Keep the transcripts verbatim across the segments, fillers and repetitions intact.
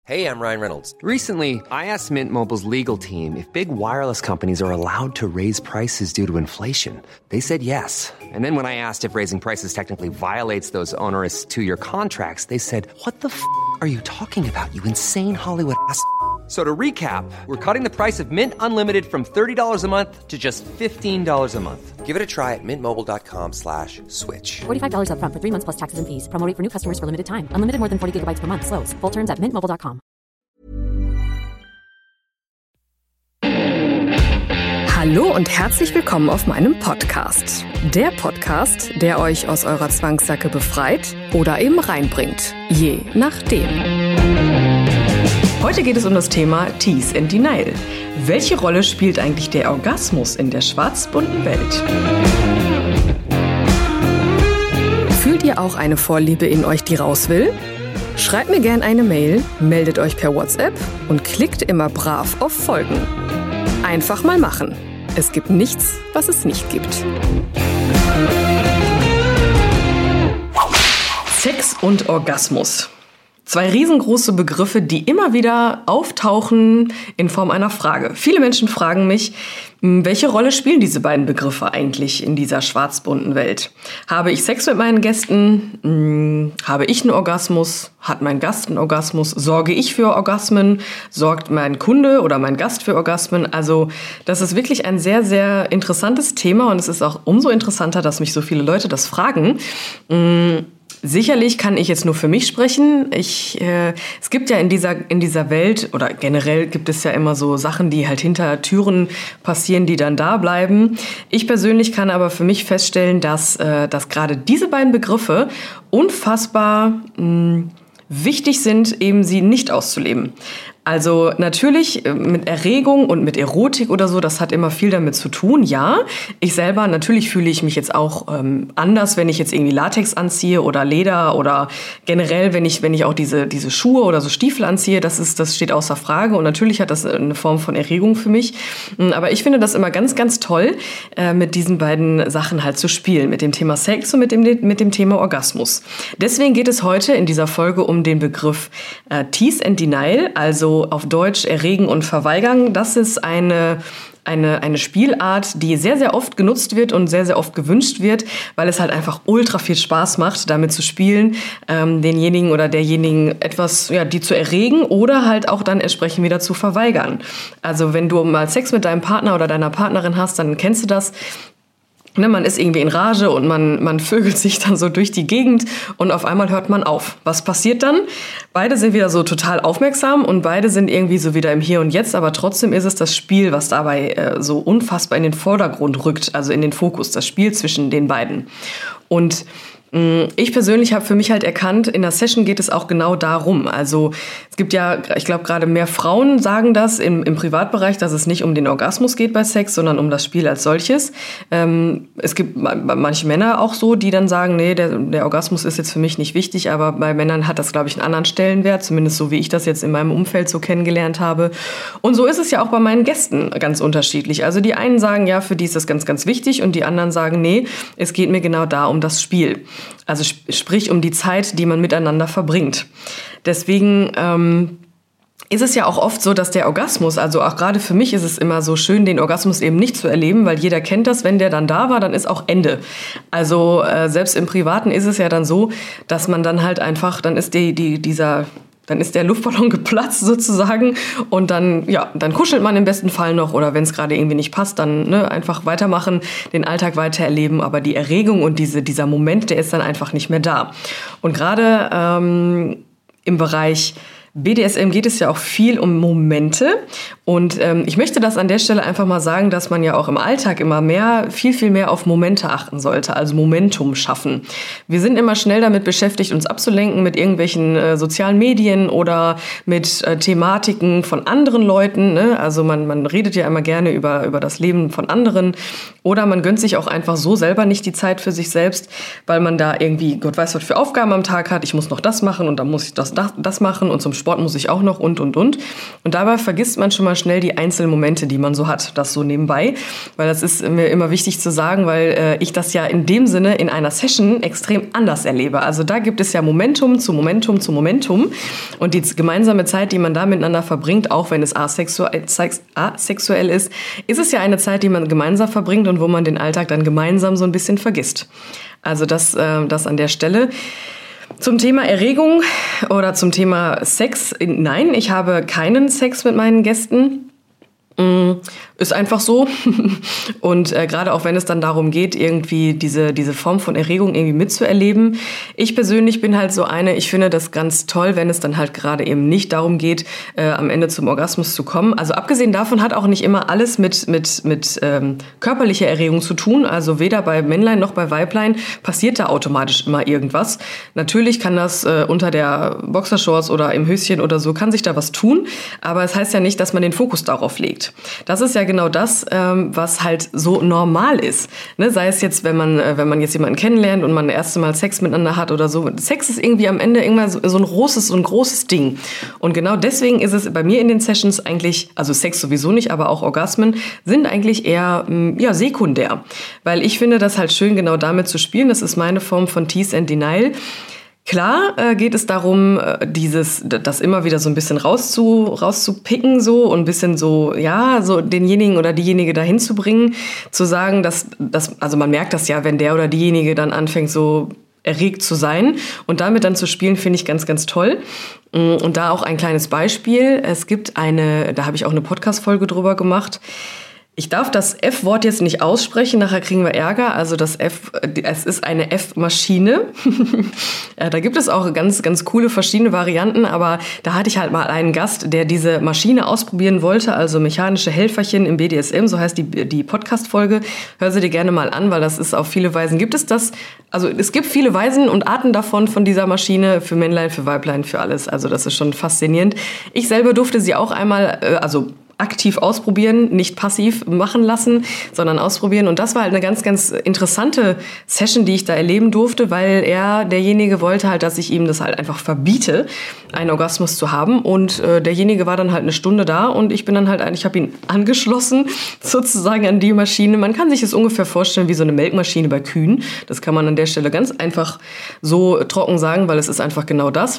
Hey, I'm Ryan Reynolds. Recently, I asked Mint Mobile's legal team if big wireless companies are allowed to raise prices due to inflation. They said yes. And then when I asked if raising prices technically violates those onerous two-year contracts, they said, what the f*** are you talking about, you insane Hollywood ass f- So to recap, we're cutting the price of Mint Unlimited from thirty dollars a month to just fifteen dollars a month. Give it a try at mintmobile.com slash switch. forty-five dollars up front for three months plus taxes and fees. Promo rate for new customers for limited time. Unlimited more than forty gigabytes per month. Slows full terms at mint mobile dot com. Hallo und herzlich willkommen auf meinem Podcast. Der Podcast, der euch aus eurer Zwangssacke befreit oder eben reinbringt. Je nachdem. Heute geht es um das Thema Tease and Denial. Welche Rolle spielt eigentlich der Orgasmus in der schwarz-bunten Welt? Fühlt ihr auch eine Vorliebe in euch, die raus will? Schreibt mir gerne eine Mail, meldet euch per WhatsApp und klickt immer brav auf Folgen. Einfach mal machen. Es gibt nichts, was es nicht gibt. Sex und Orgasmus. Zwei riesengroße Begriffe, die immer wieder auftauchen in Form einer Frage. Viele Menschen fragen mich, welche Rolle spielen diese beiden Begriffe eigentlich in dieser schwarz-bunten Welt? Habe ich Sex mit meinen Gästen? Habe ich einen Orgasmus? Hat mein Gast einen Orgasmus? Sorge ich für Orgasmen? Sorgt mein Kunde oder mein Gast für Orgasmen? Also das ist wirklich ein sehr, sehr interessantes Thema und es ist auch umso interessanter, dass mich so viele Leute das fragen. Sicherlich kann ich jetzt nur für mich sprechen. Ich, äh, es gibt ja in dieser, in dieser Welt oder generell gibt es ja immer so Sachen, die halt hinter Türen passieren, die dann da bleiben. Ich persönlich kann aber für mich feststellen, dass, äh, dass gerade diese beiden Begriffe unfassbar mh, wichtig sind, eben sie nicht auszuleben. Also natürlich mit Erregung und mit Erotik oder so, das hat immer viel damit zu tun, ja. Ich selber, natürlich fühle ich mich jetzt auch ähm, anders, wenn ich jetzt irgendwie Latex anziehe oder Leder oder generell, wenn ich wenn ich auch diese diese Schuhe oder so Stiefel anziehe, das ist das steht außer Frage und natürlich hat das eine Form von Erregung für mich. Aber ich finde das immer ganz, ganz toll, äh, mit diesen beiden Sachen halt zu spielen, mit dem Thema Sex und mit dem mit dem Thema Orgasmus. Deswegen geht es heute in dieser Folge um den Begriff äh, Tease and Denial, also auf Deutsch erregen und verweigern. Das ist eine, eine, eine Spielart, die sehr, sehr oft genutzt wird und sehr, sehr oft gewünscht wird, weil es halt einfach ultra viel Spaß macht, damit zu spielen, ähm, denjenigen oder derjenigen etwas, ja, die zu erregen oder halt auch dann entsprechend wieder zu verweigern. Also wenn du mal Sex mit deinem Partner oder deiner Partnerin hast, dann kennst du das. Ne, man ist irgendwie in Rage und man, man vögelt sich dann so durch die Gegend und auf einmal hört man auf. Was passiert dann? Beide sind wieder so total aufmerksam und beide sind irgendwie so wieder im Hier und Jetzt, aber trotzdem ist es das Spiel, was dabei äh, so unfassbar in den Vordergrund rückt, also in den Fokus, das Spiel zwischen den beiden. Und ich persönlich habe für mich halt erkannt, in der Session geht es auch genau darum. Also es gibt ja, ich glaube gerade mehr Frauen sagen das im, im Privatbereich, dass es nicht um den Orgasmus geht bei Sex, sondern um das Spiel als solches. Ähm, es gibt manche Männer auch so, die dann sagen, nee, der, der Orgasmus ist jetzt für mich nicht wichtig, aber bei Männern hat das, glaube ich, einen anderen Stellenwert, zumindest so wie ich das jetzt in meinem Umfeld so kennengelernt habe. Und so ist es ja auch bei meinen Gästen ganz unterschiedlich. Also die einen sagen, ja, für die ist das ganz, ganz wichtig und die anderen sagen, nee, es geht mir genau da um das Spiel. Also sp- sprich um die Zeit, die man miteinander verbringt. Deswegen ähm, ist es ja auch oft so, dass der Orgasmus, also auch gerade für mich ist es immer so schön, den Orgasmus eben nicht zu erleben, weil jeder kennt das, wenn der dann da war, dann ist auch Ende. Also äh, selbst im Privaten ist es ja dann so, dass man dann halt einfach, dann ist die, die, dieser... Dann ist der Luftballon geplatzt sozusagen und dann, ja, dann kuschelt man im besten Fall noch oder wenn es gerade irgendwie nicht passt, dann ne, einfach weitermachen, den Alltag weiter erleben. Aber die Erregung und diese, dieser Moment, der ist dann einfach nicht mehr da. Und gerade ähm, im Bereich B D S M geht es ja auch viel um Momente und ähm, ich möchte das an der Stelle einfach mal sagen, dass man ja auch im Alltag immer mehr, viel, viel mehr auf Momente achten sollte, also Momentum schaffen. Wir sind immer schnell damit beschäftigt, uns abzulenken mit irgendwelchen äh, sozialen Medien oder mit äh, Thematiken von anderen Leuten, ne? Also man, man redet ja immer gerne über, über das Leben von anderen oder man gönnt sich auch einfach so selber nicht die Zeit für sich selbst, weil man da irgendwie, Gott weiß was für Aufgaben am Tag hat, ich muss noch das machen und dann muss ich das, das, das machen und zum Sport muss ich auch noch und, und, und. Und dabei vergisst man schon mal schnell die Einzelmomente, die man so hat, das so nebenbei. Weil das ist mir immer wichtig zu sagen, weil äh, ich das ja in dem Sinne in einer Session extrem anders erlebe. Also da gibt es ja Momentum zu Momentum zu Momentum. Und die gemeinsame Zeit, die man da miteinander verbringt, auch wenn es asexuell, asexuell ist, ist es ja eine Zeit, die man gemeinsam verbringt und wo man den Alltag dann gemeinsam so ein bisschen vergisst. Also das, äh, das an der Stelle. Zum Thema Erregung oder zum Thema Sex. Nein, ich habe keinen Sex mit meinen Gästen. Ist einfach so. Und äh, gerade auch wenn es dann darum geht, irgendwie diese, diese Form von Erregung irgendwie mitzuerleben. Ich persönlich bin halt so eine, ich finde das ganz toll, wenn es dann halt gerade eben nicht darum geht, äh, am Ende zum Orgasmus zu kommen. Also abgesehen davon hat auch nicht immer alles mit, mit, mit ähm, körperlicher Erregung zu tun. Also weder bei Männlein noch bei Weiblein passiert da automatisch immer irgendwas. Natürlich kann das äh, unter der Boxershorts oder im Höschen oder so, kann sich da was tun. Aber es heißt ja nicht, dass man den Fokus darauf legt. Das ist ja genau das, ähm, was halt so normal ist. Ne? Sei es jetzt, wenn man, äh, wenn man jetzt jemanden kennenlernt und man das erste Mal Sex miteinander hat oder so. Sex ist irgendwie am Ende irgendwann so, so ein großes, so ein großes Ding. Und genau deswegen ist es bei mir in den Sessions eigentlich, also Sex sowieso nicht, aber auch Orgasmen sind eigentlich eher mh, ja, sekundär. Weil ich finde das halt schön, genau damit zu spielen. Das ist meine Form von Tease and Denial. Klar äh, geht es darum, äh, dieses, das immer wieder so ein bisschen rauszu, rauszupicken so und ein bisschen so, ja, so denjenigen oder diejenige dahin zu bringen, zu sagen, dass, dass, also man merkt das ja, wenn der oder diejenige dann anfängt so erregt zu sein und damit dann zu spielen, finde ich ganz, ganz toll. Und da auch ein kleines Beispiel. Es gibt eine, da habe ich auch eine Podcast-Folge drüber gemacht. Ich darf das F-Wort jetzt nicht aussprechen, nachher kriegen wir Ärger. Also das F, es ist eine F-Maschine. Ja, da gibt es auch ganz, ganz coole verschiedene Varianten, aber da hatte ich halt mal einen Gast, der diese Maschine ausprobieren wollte, also mechanische Helferchen im B D S M, so heißt die, die Podcast-Folge. Hör sie dir gerne mal an, weil das ist auf viele Weisen gibt es das. Also es gibt viele Weisen und Arten davon, von dieser Maschine, für Männlein, für Weiblein, für alles. Also das ist schon faszinierend. Ich selber durfte sie auch einmal, also aktiv ausprobieren, nicht passiv machen lassen, sondern ausprobieren. Und das war halt eine ganz, ganz interessante Session, die ich da erleben durfte, weil er, derjenige wollte halt, dass ich ihm das halt einfach verbiete, einen Orgasmus zu haben. Und äh, derjenige war dann halt eine Stunde da und ich bin dann halt, ich habe ihn angeschlossen sozusagen an die Maschine. Man kann sich das ungefähr vorstellen wie so eine Melkmaschine bei Kühen. Das kann man an der Stelle ganz einfach so trocken sagen, weil es ist einfach genau das.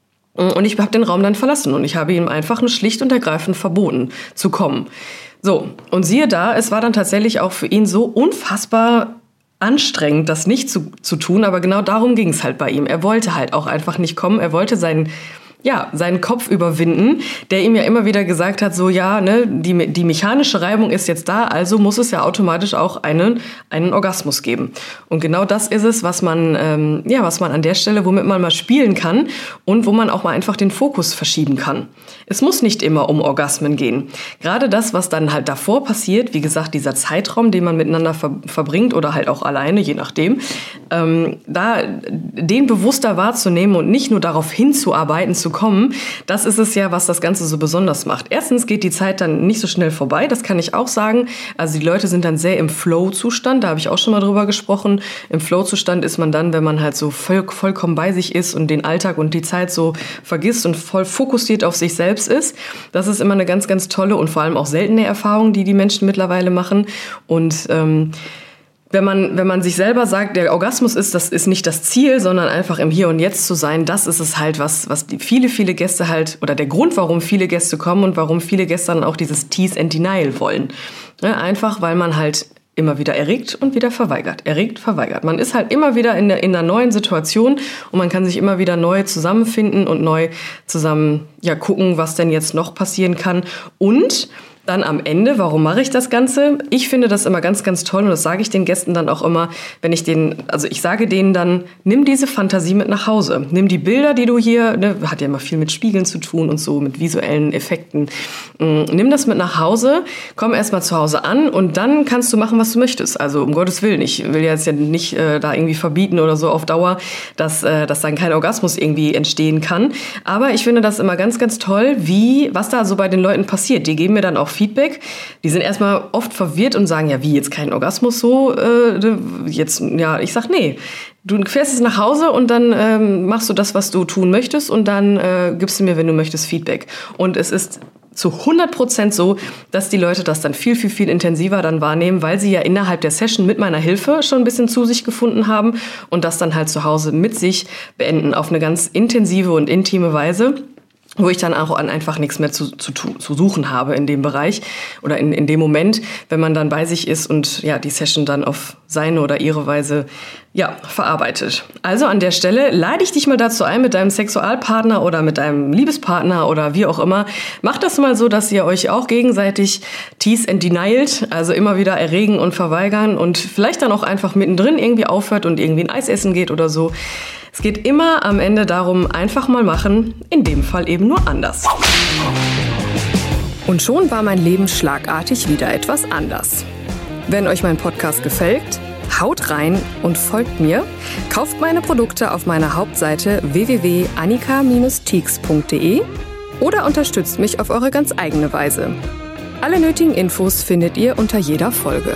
Und ich habe den Raum dann verlassen und ich habe ihm einfach nur schlicht und ergreifend verboten zu kommen. So, und siehe da, es war dann tatsächlich auch für ihn so unfassbar anstrengend, das nicht zu, zu tun, aber genau darum ging es halt bei ihm. Er wollte halt auch einfach nicht kommen, er wollte seinen ja, seinen Kopf überwinden, der ihm ja immer wieder gesagt hat, so ja, ne, die, die mechanische Reibung ist jetzt da, also muss es ja automatisch auch einen, einen Orgasmus geben. Und genau das ist es, was man, ähm, ja, was man an der Stelle, womit man mal spielen kann und wo man auch mal einfach den Fokus verschieben kann. Es muss nicht immer um Orgasmen gehen. Gerade das, was dann halt davor passiert, wie gesagt, dieser Zeitraum, den man miteinander ver- verbringt oder halt auch alleine, je nachdem, ähm, da den bewusster wahrzunehmen und nicht nur darauf hinzuarbeiten, zu kommen, das ist es ja, was das Ganze so besonders macht. Erstens geht die Zeit dann nicht so schnell vorbei, das kann ich auch sagen. Also die Leute sind dann sehr im Flow-Zustand, da habe ich auch schon mal drüber gesprochen. Im Flow-Zustand ist man dann, wenn man halt so voll, vollkommen bei sich ist und den Alltag und die Zeit so vergisst und voll fokussiert auf sich selbst ist. Das ist immer eine ganz, ganz tolle und vor allem auch seltene Erfahrung, die die Menschen mittlerweile machen. Und ähm, Wenn man, wenn man sich selber sagt, der Orgasmus ist, das ist nicht das Ziel, sondern einfach im Hier und Jetzt zu sein, das ist es halt, was, was die viele, viele Gäste halt, oder der Grund, warum viele Gäste kommen und warum viele Gäste dann auch dieses Tease and Denial wollen. Ja, einfach, weil man halt immer wieder erregt und wieder verweigert. Erregt, verweigert. Man ist halt immer wieder in, der, in einer neuen Situation und man kann sich immer wieder neu zusammenfinden und neu zusammen ja, gucken, was denn jetzt noch passieren kann. Und dann am Ende, warum mache ich das Ganze? Ich finde das immer ganz, ganz toll und das sage ich den Gästen dann auch immer, wenn ich denen, also ich sage denen dann, nimm diese Fantasie mit nach Hause. Nimm die Bilder, die du hier, ne, hat ja immer viel mit Spiegeln zu tun und so, mit visuellen Effekten. Nimm das mit nach Hause, komm erstmal zu Hause an und dann kannst du machen, was du möchtest. Also um Gottes Willen, ich will jetzt ja nicht äh, da irgendwie verbieten oder so auf Dauer, dass, äh, dass dann kein Orgasmus irgendwie entstehen kann. Aber ich finde das immer ganz, ganz toll, wie, was da so bei den Leuten passiert. Die geben mir dann auch Feedback. Die sind erstmal oft verwirrt und sagen, ja wie, jetzt kein Orgasmus so? Äh, jetzt, ja, ich sag, nee. Du fährst jetzt nach Hause und dann ähm, machst du das, was du tun möchtest und dann äh, gibst du mir, wenn du möchtest, Feedback. Und es ist zu hundert Prozent so, dass die Leute das dann viel, viel, viel intensiver dann wahrnehmen, weil sie ja innerhalb der Session mit meiner Hilfe schon ein bisschen zu sich gefunden haben und das dann halt zu Hause mit sich beenden auf eine ganz intensive und intime Weise, wo ich dann auch einfach nichts mehr zu, zu, zu suchen habe in dem Bereich oder in, in dem Moment, wenn man dann bei sich ist und ja die Session dann auf seine oder ihre Weise ja, verarbeitet. Also an der Stelle lade ich dich mal dazu ein, mit deinem Sexualpartner oder mit deinem Liebespartner oder wie auch immer, macht das mal so, dass ihr euch auch gegenseitig tease and denied, also immer wieder erregen und verweigern und vielleicht dann auch einfach mittendrin irgendwie aufhört und irgendwie ein Eis essen geht oder so. Es geht immer am Ende darum, einfach mal machen, in dem Fall eben nur anders. Und schon war mein Leben schlagartig wieder etwas anders. Wenn euch mein Podcast gefällt, haut rein und folgt mir, kauft meine Produkte auf meiner Hauptseite w w w punkt annika Bindestrich teaks punkt d e oder unterstützt mich auf eure ganz eigene Weise. Alle nötigen Infos findet ihr unter jeder Folge.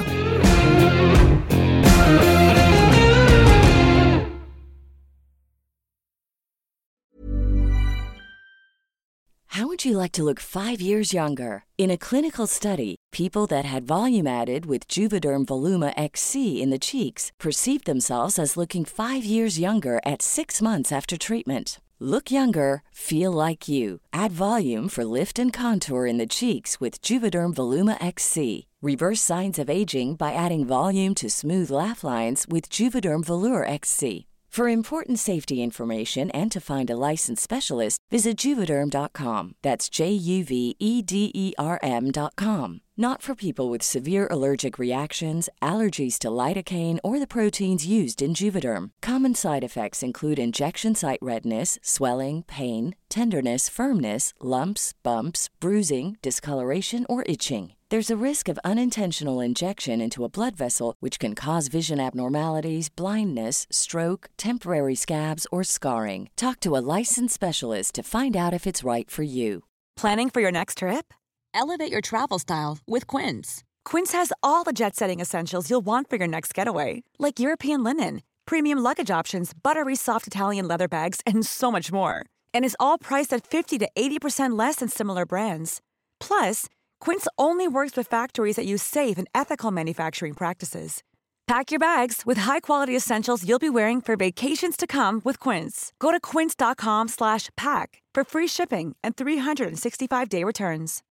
How would you like to look five years younger? In a clinical study, people that had volume added with Juvederm Voluma X C in the cheeks perceived themselves as looking five years younger at six months after treatment. Look younger, feel like you. Add volume for lift and contour in the cheeks with Juvederm Voluma X C. Reverse signs of aging by adding volume to smooth laugh lines with Juvederm Volure X C. For important safety information and to find a licensed specialist, visit Juvederm dot com. That's J U V E D E R M dot com. Not for people with severe allergic reactions, allergies to lidocaine, or the proteins used in Juvederm. Common side effects include injection site redness, swelling, pain, tenderness, firmness, lumps, bumps, bruising, discoloration, or itching. There's a risk of unintentional injection into a blood vessel, which can cause vision abnormalities, blindness, stroke, temporary scabs, or scarring. Talk to a licensed specialist to find out if it's right for you. Planning for your next trip? Elevate your travel style with Quince. Quince has all the jet-setting essentials you'll want for your next getaway, like European linen, premium luggage options, buttery soft Italian leather bags, and so much more. And is all priced at fifty to eighty percent less than similar brands. Plus, Quince only works with factories that use safe and ethical manufacturing practices. Pack your bags with high-quality essentials you'll be wearing for vacations to come with Quince. Go to quince dot com slash pack for free shipping and three sixty-five day returns.